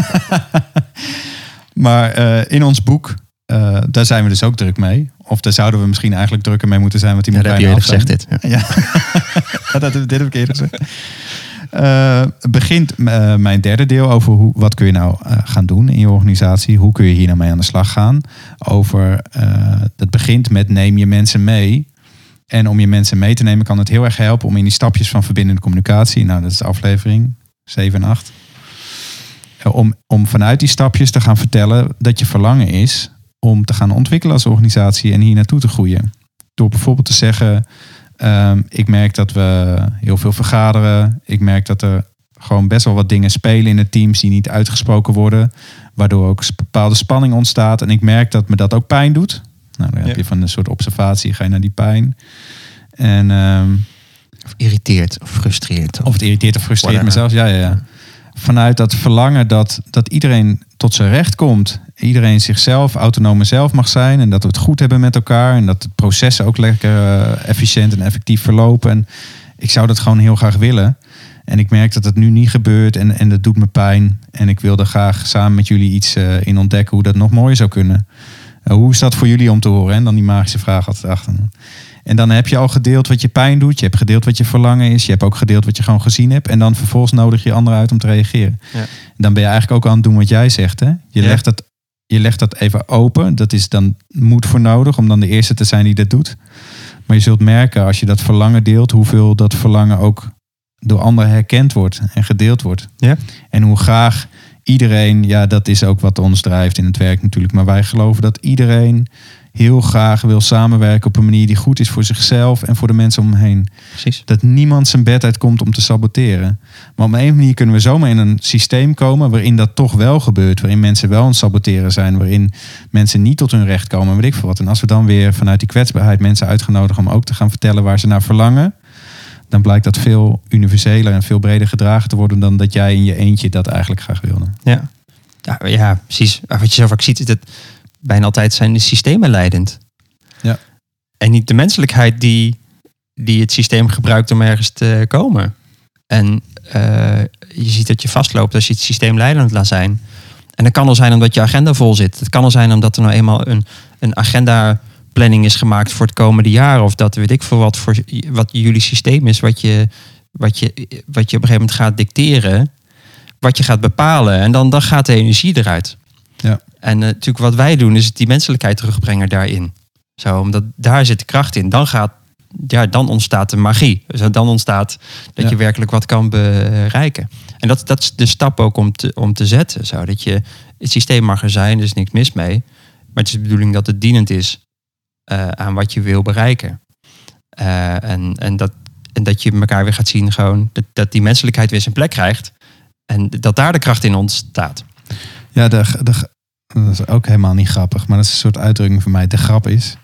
Maar uh, in ons boek, uh, daar zijn we dus ook druk mee. Of daar zouden we misschien eigenlijk drukker mee moeten zijn. Want die ja, moet dat heb je eerder gezegd dit. Ja. Ja. ja, dat, dit heb ik eerder gezegd. Uh, begint uh, mijn derde deel over hoe, wat kun je nou uh, gaan doen in je organisatie. Hoe kun je hier nou mee aan de slag gaan. Over, uh, dat begint met neem je mensen mee. En om je mensen mee te nemen kan het heel erg helpen om in die stapjes van verbindende communicatie. Nou, dat is aflevering zeven en acht. Uh, om, om vanuit die stapjes te gaan vertellen dat je verlangen is om te gaan ontwikkelen als organisatie en hier naartoe te groeien. Door bijvoorbeeld te zeggen, um, ik merk dat we heel veel vergaderen. Ik merk dat er gewoon best wel wat dingen spelen in de teams die niet uitgesproken worden. Waardoor ook bepaalde spanning ontstaat. En ik merk dat me dat ook pijn doet. Nou, dan heb ja. je van een soort observatie, ga je naar die pijn. En, um, of irriteert of frustreert. Of, of het irriteert of frustreert me zelfs. Ja, ja, ja. Vanuit dat verlangen dat, dat iedereen tot zijn recht komt. Iedereen zichzelf, autonome zelf mag zijn. En dat we het goed hebben met elkaar. En dat de processen ook lekker uh, efficiënt en effectief verlopen. En ik zou dat gewoon heel graag willen. En ik merk dat het nu niet gebeurt. En, en dat doet me pijn. En ik wil er graag samen met jullie iets uh, in ontdekken hoe dat nog mooier zou kunnen. Uh, hoe is dat voor jullie om te horen? En dan die magische vraag altijd achter. En dan heb je al gedeeld wat je pijn doet. Je hebt gedeeld wat je verlangen is. Je hebt ook gedeeld wat je gewoon gezien hebt. En dan vervolgens nodig je anderen uit om te reageren. Ja. Dan ben je eigenlijk ook aan het doen wat jij zegt. Hè? Je, ja. legt dat, je legt dat even open. Dat is dan moed voor nodig om dan de eerste te zijn die dat doet. Maar je zult merken als je dat verlangen deelt, hoeveel dat verlangen ook door anderen herkend wordt en gedeeld wordt. Ja. En hoe graag iedereen, ja, dat is ook wat ons drijft in het werk natuurlijk. Maar wij geloven dat iedereen heel graag wil samenwerken op een manier die goed is voor zichzelf en voor de mensen om hem heen. Precies. Dat niemand zijn bed uitkomt om te saboteren. Maar op een manier kunnen we zomaar in een systeem komen waarin dat toch wel gebeurt. Waarin mensen wel aan het saboteren zijn. Waarin mensen niet tot hun recht komen. Weet ik veel wat. En als we dan weer vanuit die kwetsbaarheid mensen uitgenodigen om ook te gaan vertellen waar ze naar verlangen, dan blijkt dat veel universeler en veel breder gedragen te worden dan dat jij in je eentje dat eigenlijk graag wilde. Ja, ja, ja precies. Wat je zo vaak ziet is dat bijna altijd zijn de systemen leidend. Ja. En niet de menselijkheid die, die het systeem gebruikt om ergens te komen. En uh, je ziet dat je vastloopt als je het systeem leidend laat zijn. En dat kan al zijn omdat je agenda vol zit. Het kan al zijn omdat er nou eenmaal een, een agenda planning is gemaakt voor het komende jaar. Of dat weet ik veel wat voor wat jullie systeem is. Wat je, wat je, wat je op een gegeven moment gaat dicteren. Wat je gaat bepalen. En dan, dan gaat de energie eruit. Ja. En uh, natuurlijk wat wij doen is die menselijkheid terugbrengen daarin. Zo, omdat daar zit de kracht in. Dan, gaat, ja, dan ontstaat de magie. Dus dan ontstaat dat ja. je werkelijk wat kan bereiken. En dat, dat is de stap ook om te, om te zetten. Zo, dat je, het systeem mag er zijn, er is niks mis mee. Maar het is de bedoeling dat het dienend is uh, aan wat je wil bereiken. Uh, en, en, dat, en dat je elkaar weer gaat zien, gewoon dat, dat die menselijkheid weer zijn plek krijgt. En dat daar de kracht in ontstaat. Ja, de, de, dat is ook helemaal niet grappig. Maar dat is een soort uitdrukking voor mij. De grap is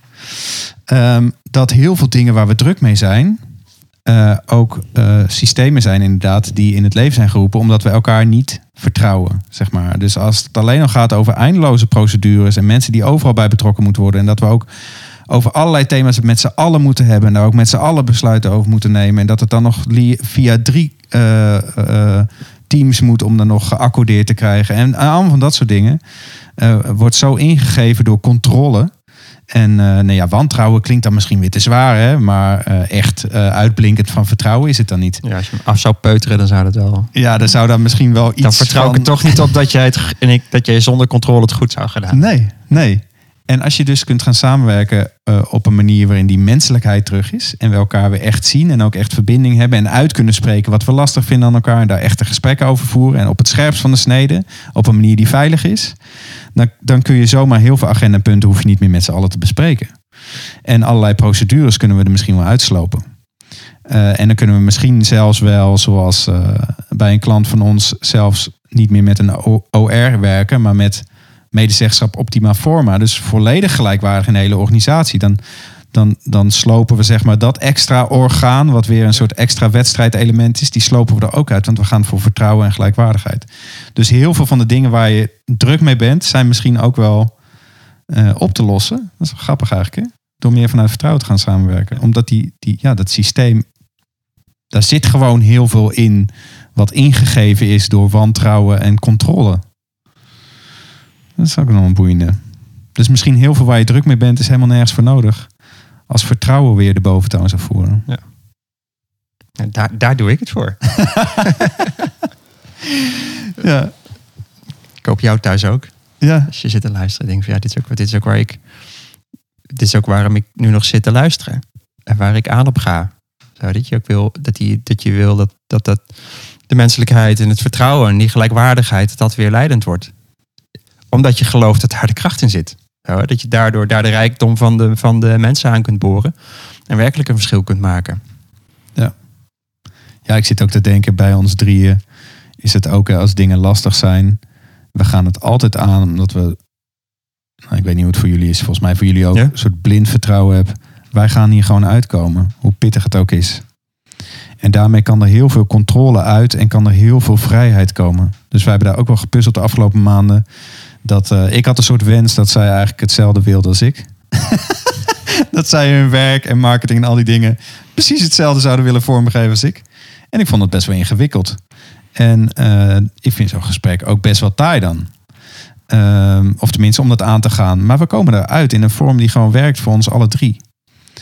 um, dat heel veel dingen waar we druk mee zijn, Uh, ook uh, systemen zijn inderdaad die in het leven zijn geroepen omdat we elkaar niet vertrouwen, zeg maar. Dus als het alleen nog gaat over eindeloze procedures en mensen die overal bij betrokken moeten worden en dat we ook over allerlei thema's het met z'n allen moeten hebben en daar ook met z'n allen besluiten over moeten nemen en dat het dan nog li- via drie uh, uh, teams moet om dan nog geaccordeerd te krijgen en allemaal van dat soort dingen uh, wordt zo ingegeven door controle. En uh, nou ja, wantrouwen klinkt dan misschien weer te zwaar, hè? Maar uh, echt uh, uitblinkend van vertrouwen is het dan niet. Ja, als je hem af zou peuteren, dan zou dat wel. Ja, dan zou dan misschien wel iets. Dan vertrouw van... ik er toch niet op dat jij het en ik dat jij zonder controle het goed zou gedaan. Nee, nee. En als je dus kunt gaan samenwerken uh, op een manier waarin die menselijkheid terug is en we elkaar weer echt zien en ook echt verbinding hebben en uit kunnen spreken wat we lastig vinden aan elkaar en daar echte gesprekken over voeren en op het scherpst van de snede, op een manier die veilig is, dan, dan kun je zomaar heel veel agendapunten hoef je niet meer met z'n allen te bespreken. En allerlei procedures kunnen we er misschien wel uitslopen. Uh, en dan kunnen we misschien zelfs wel, zoals uh, bij een klant van ons, zelfs niet meer met een O R werken, maar met medezeggenschap optima forma. Dus volledig gelijkwaardig in de hele organisatie. Dan, dan, dan slopen we zeg maar dat extra orgaan, wat weer een soort extra wedstrijdelement is, die slopen we er ook uit. Want we gaan voor vertrouwen en gelijkwaardigheid. Dus heel veel van de dingen waar je druk mee bent, zijn misschien ook wel uh, op te lossen. Dat is wel grappig eigenlijk, hè? Door meer vanuit vertrouwen te gaan samenwerken. Omdat die, die, ja, dat systeem, daar zit gewoon heel veel in wat ingegeven is door wantrouwen en controle. Dat is ook nog een boeiende. Dus misschien heel veel waar je druk mee bent is helemaal nergens voor nodig. Als vertrouwen weer de boventoon zou voeren. Ja. Ja, daar, daar doe ik het voor. Ja. Ik hoop jou thuis ook. Ja. Als je zit te luisteren, denk van ja, dit is ook, dit is ook waar ik, dit is ook waarom ik nu nog zit te luisteren en waar ik aan op ga. Zo, dat je ook wil, dat, die, dat je wil dat, dat dat de menselijkheid en het vertrouwen en die gelijkwaardigheid dat dat weer leidend wordt. Omdat je gelooft dat daar de kracht in zit. Zo, dat je daardoor daar de rijkdom van de, van de mensen aan kunt boren en werkelijk een verschil kunt maken. Ja. Ja, ik zit ook te denken bij ons drieën is het ook als dingen lastig zijn. We gaan het altijd aan omdat we, nou, ik weet niet hoe het voor jullie is, volgens mij voor jullie ook, ja? Een soort blind vertrouwen hebben. Wij gaan hier gewoon uitkomen, hoe pittig het ook is. En daarmee kan er heel veel controle uit en kan er heel veel vrijheid komen. Dus wij hebben daar ook wel gepuzzeld de afgelopen maanden. Dat uh, ik had een soort wens dat zij eigenlijk hetzelfde wilde als ik. Dat zij hun werk en marketing en al die dingen precies hetzelfde zouden willen vormgeven als ik. En ik vond het best wel ingewikkeld. En uh, ik vind zo'n gesprek ook best wel taai dan. Uh, of tenminste om dat aan te gaan. Maar we komen eruit in een vorm die gewoon werkt voor ons alle drie.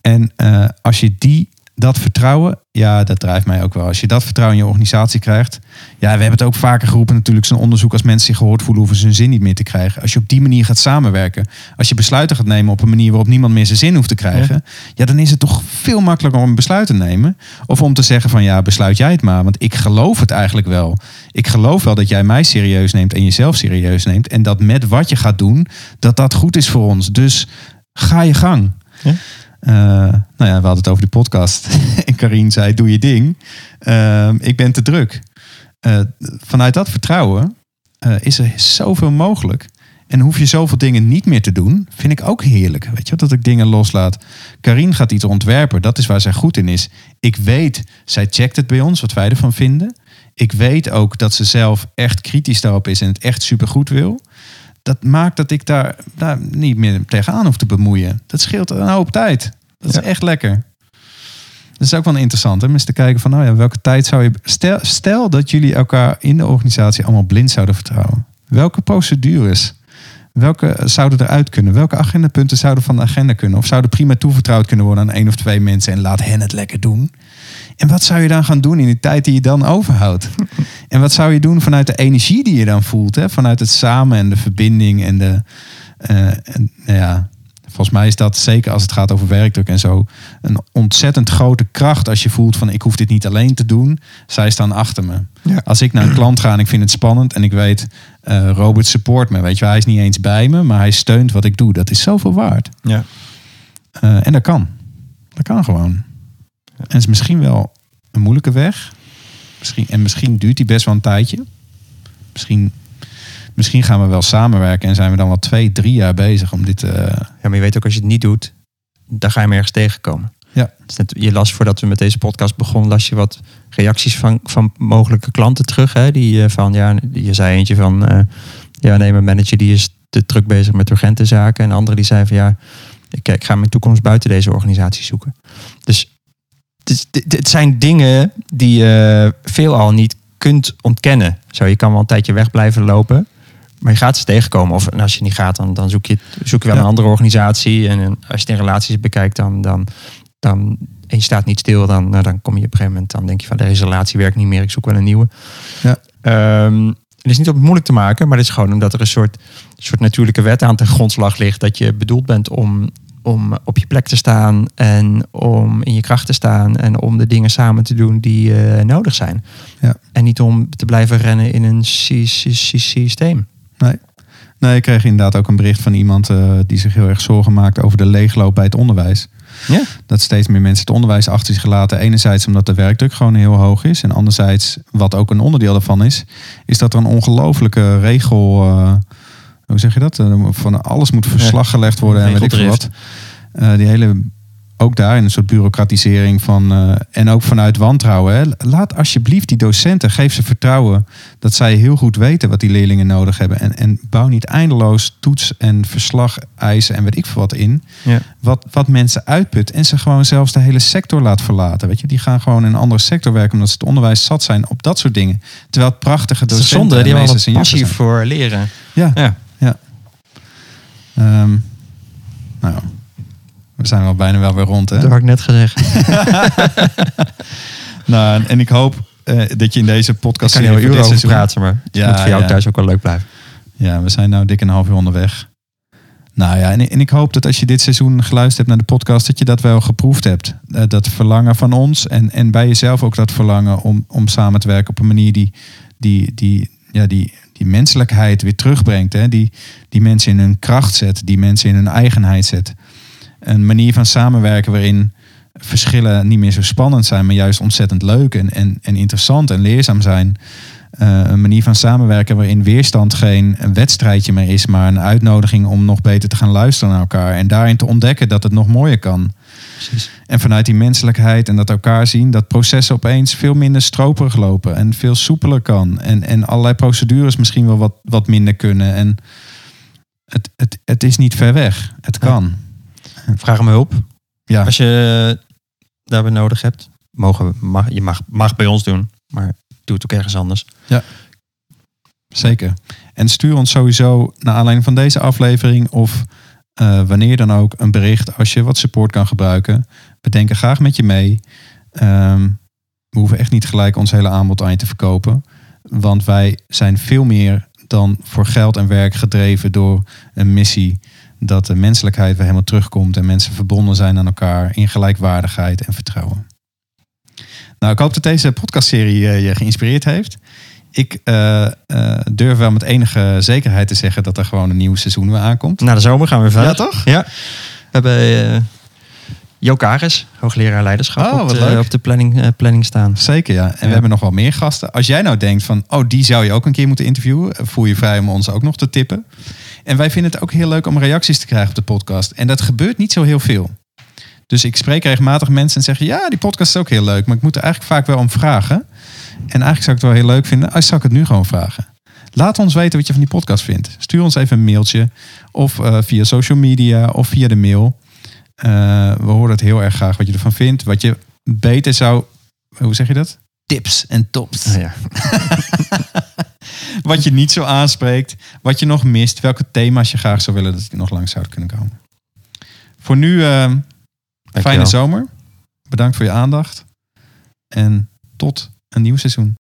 En uh, als je die, dat vertrouwen, ja, dat drijft mij ook wel. Als je dat vertrouwen in je organisatie krijgt. Ja, we hebben het ook vaker geroepen natuurlijk. Zo'n onderzoek, als mensen zich gehoord voelen, hoeven ze hun zin niet meer te krijgen. Als je op die manier gaat samenwerken. Als je besluiten gaat nemen op een manier waarop niemand meer zijn zin hoeft te krijgen. Ja, ja dan is het toch veel makkelijker om een besluit te nemen. Of om te zeggen van ja, besluit jij het maar. Want ik geloof het eigenlijk wel. Ik geloof wel dat jij mij serieus neemt en jezelf serieus neemt. En dat met wat je gaat doen, dat dat goed is voor ons. Dus ga je gang. Ja. Uh, nou ja, we hadden het over de podcast. En Karien zei, doe je ding. Uh, ik ben te druk. Uh, vanuit dat vertrouwen uh, is er zoveel mogelijk. En hoef je zoveel dingen niet meer te doen. Vind ik ook heerlijk. Weet je, dat ik dingen loslaat. Karien gaat iets ontwerpen. Dat is waar zij goed in is. Ik weet, zij checkt het bij ons, wat wij ervan vinden. Ik weet ook dat ze zelf echt kritisch daarop is en het echt supergoed wil. Dat maakt dat ik daar, daar niet meer tegenaan hoef te bemoeien. Dat scheelt een hoop tijd. Dat is ja. echt lekker. Dat is ook wel interessant, hè? Om eens te kijken van, nou ja, welke tijd zou je... Stel, stel dat jullie elkaar in de organisatie allemaal blind zouden vertrouwen. Welke procedures, welke zouden eruit kunnen? Welke agendapunten zouden van de agenda kunnen? Of zouden prima toevertrouwd kunnen worden aan één of twee mensen en laat hen het lekker doen? En wat zou je dan gaan doen in die tijd die je dan overhoudt? En wat zou je doen vanuit de energie die je dan voelt? Hè? Vanuit het samen en de verbinding en de... Uh, en, nou ja, volgens mij is dat, zeker als het gaat over werkdruk en zo, een ontzettend grote kracht als je voelt van ik hoef dit niet alleen te doen. Zij staan achter me. Ja. Als ik naar een klant ga en ik vind het spannend en ik weet, uh, Robert support me. Weet je wel, hij is niet eens bij me, maar hij steunt wat ik doe. Dat is zoveel waard. Ja. Uh, en dat kan. Dat kan gewoon. En het is misschien wel een moeilijke weg. Misschien, en misschien duurt die best wel een tijdje. Misschien, misschien gaan we wel samenwerken en zijn we dan wel twee, drie jaar bezig om dit... Uh... Ja, maar je weet ook, als je het niet doet, dan ga je hem ergens tegenkomen. Ja. Dus net, je las voordat we met deze podcast begonnen, las je wat reacties van, van mogelijke klanten terug. Hè? Die uh, van, ja, je zei eentje van, uh, ja, nee, mijn manager die is te druk bezig met urgente zaken. En de andere die zei van, ja, ik, ik ga mijn toekomst buiten deze organisatie zoeken. Dus het zijn dingen die je veelal niet kunt ontkennen. Zo, je kan wel een tijdje weg blijven lopen, maar je gaat ze tegenkomen. Of en als je niet gaat, dan, dan zoek je, zoek je wel ja. een andere organisatie. En als je het in relaties bekijkt, dan, dan, dan en je staat niet stil, dan, nou, dan kom je op een gegeven moment, dan denk je van deze relatie werkt niet meer, ik zoek wel een nieuwe. Ja. Um, het is niet om het moeilijk te maken, maar het is gewoon omdat er een soort, soort natuurlijke wet aan ten grondslag ligt dat je bedoeld bent om om op je plek te staan en om in je kracht te staan en om de dingen samen te doen die uh, nodig zijn. Ja. En niet om te blijven rennen in een sy- sy- sy- systeem. Nee. nee, ik kreeg inderdaad ook een bericht van iemand uh, die zich heel erg zorgen maakt over de leegloop bij het onderwijs. Ja. Dat steeds meer mensen het onderwijs achter zich laten. Enerzijds omdat de werkdruk gewoon heel hoog is. En anderzijds, wat ook een onderdeel daarvan is, is dat er een ongelofelijke regel... Uh, Hoe zeg je dat? Van alles moet verslag gelegd worden en weet ik veel wat. Uh, die hele, ook daar in een soort bureaucratisering van uh, en ook vanuit wantrouwen. Hè. Laat alsjeblieft die docenten, geef ze vertrouwen dat zij heel goed weten wat die leerlingen nodig hebben. En, en bouw niet eindeloos toets en verslag eisen en weet ik veel wat in. Ja. Wat, wat mensen uitput en ze gewoon zelfs de hele sector laat verlaten. Weet je, die gaan gewoon in een andere sector werken omdat ze het onderwijs zat zijn op dat soort dingen. Terwijl het prachtige docenten zonde, die hebben al een passie voor leren. Ja. ja. Ja. Um, nou, we zijn wel bijna wel weer rond, hè? Dat had ik net gezegd. nou, en ik hoop uh, dat je in deze podcast... Ik kan heel uur over praten, maar het ja, moet voor jou ja. thuis ook wel leuk blijven. Ja, we zijn nou dik een half uur onderweg. Nou ja, en, en ik hoop dat als je dit seizoen geluisterd hebt naar de podcast, dat je dat wel geproefd hebt. Uh, dat verlangen van ons en, en bij jezelf ook dat verlangen om, om samen te werken op een manier die... die, die ja, die die menselijkheid weer terugbrengt. Hè? Die, die mensen in hun kracht zet. Die mensen in hun eigenheid zet. Een manier van samenwerken waarin verschillen niet meer zo spannend zijn, maar juist ontzettend leuk en, en, en interessant en leerzaam zijn. Uh, een manier van samenwerken waarin weerstand geen een wedstrijdje meer is, maar een uitnodiging om nog beter te gaan luisteren naar elkaar. En daarin te ontdekken dat het nog mooier kan. Precies. En vanuit die menselijkheid en dat elkaar zien, dat processen opeens veel minder stroperig lopen en veel soepeler kan. En, en allerlei procedures misschien wel wat, wat minder kunnen. En het, het, het is niet ver weg. Het kan. Ja. Vraag om hulp. Ja. Als je daarbij nodig hebt, mogen, mag, je mag, mag bij ons doen, maar doe het ook ergens anders. Ja, zeker. En stuur ons sowieso naar aanleiding van deze aflevering of Uh, wanneer dan ook een bericht als je wat support kan gebruiken. We denken graag met je mee. Um, we hoeven echt niet gelijk ons hele aanbod aan je te verkopen. Want wij zijn veel meer dan voor geld en werk gedreven door een missie. Dat de menselijkheid weer helemaal terugkomt en mensen verbonden zijn aan elkaar in gelijkwaardigheid en vertrouwen. Nou, ik hoop dat deze podcastserie uh, je geïnspireerd heeft. Ik uh, uh, durf wel met enige zekerheid te zeggen dat er gewoon een nieuw seizoen weer aankomt. Na de zomer gaan we verder. Ja, toch? Ja. We hebben uh, Jo Karis, hoogleraar leiderschap, oh, op, de, op de planning, uh, planning staan. Zeker, ja. En ja. we hebben nog wel meer gasten. Als jij nou denkt van, oh, die zou je ook een keer moeten interviewen, voel je vrij om ons ook nog te tippen. En wij vinden het ook heel leuk om reacties te krijgen op de podcast. En dat gebeurt niet zo heel veel. Dus ik spreek regelmatig mensen en zeg, ja, die podcast is ook heel leuk, maar ik moet er eigenlijk vaak wel om vragen. En eigenlijk zou ik het wel heel leuk vinden, als zou ik het nu gewoon vragen. Laat ons weten wat je van die podcast vindt. Stuur ons even een mailtje. Of uh, via social media of via de mail. Uh, we horen het heel erg graag wat je ervan vindt. Wat je beter zou... Hoe zeg je dat? Tips en tops. Oh ja. Wat je niet zo aanspreekt. Wat je nog mist. Welke thema's je graag zou willen dat die nog langs zouden kunnen komen. Voor nu, uh, fijne zomer. Bedankt voor je aandacht. En tot een nieuw seizoen.